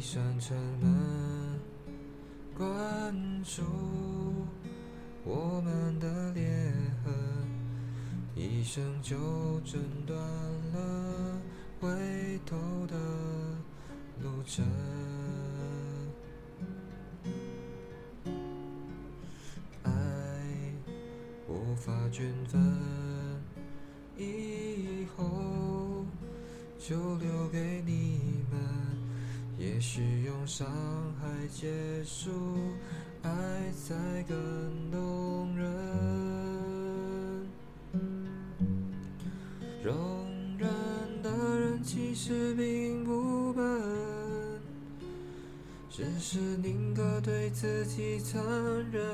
扇城门，关住我们的裂痕，一声就诊断了回头的路程。爱无法均分，以后就留给你们。也许用伤害结束，爱才更动人。容忍的人其实并不笨，只是宁可对自己残忍。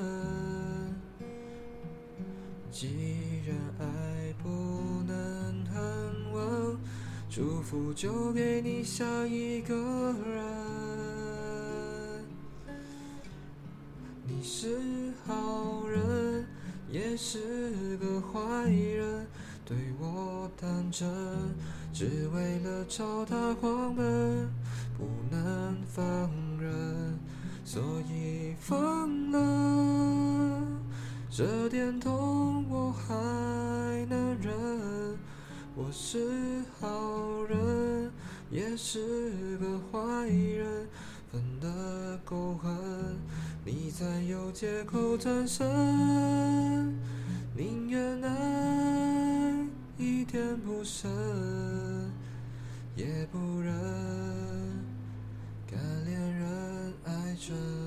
既然爱不能很稳，祝福就给你下一个人。你是好人，也是个坏人，对我单纯，只为了朝他狂奔，不能放任，所以放了。这点痛我还能忍，我是好人，也是个坏人，分得够狠，你才有借口转身。宁愿爱一点不深，也不忍干恋人爱真。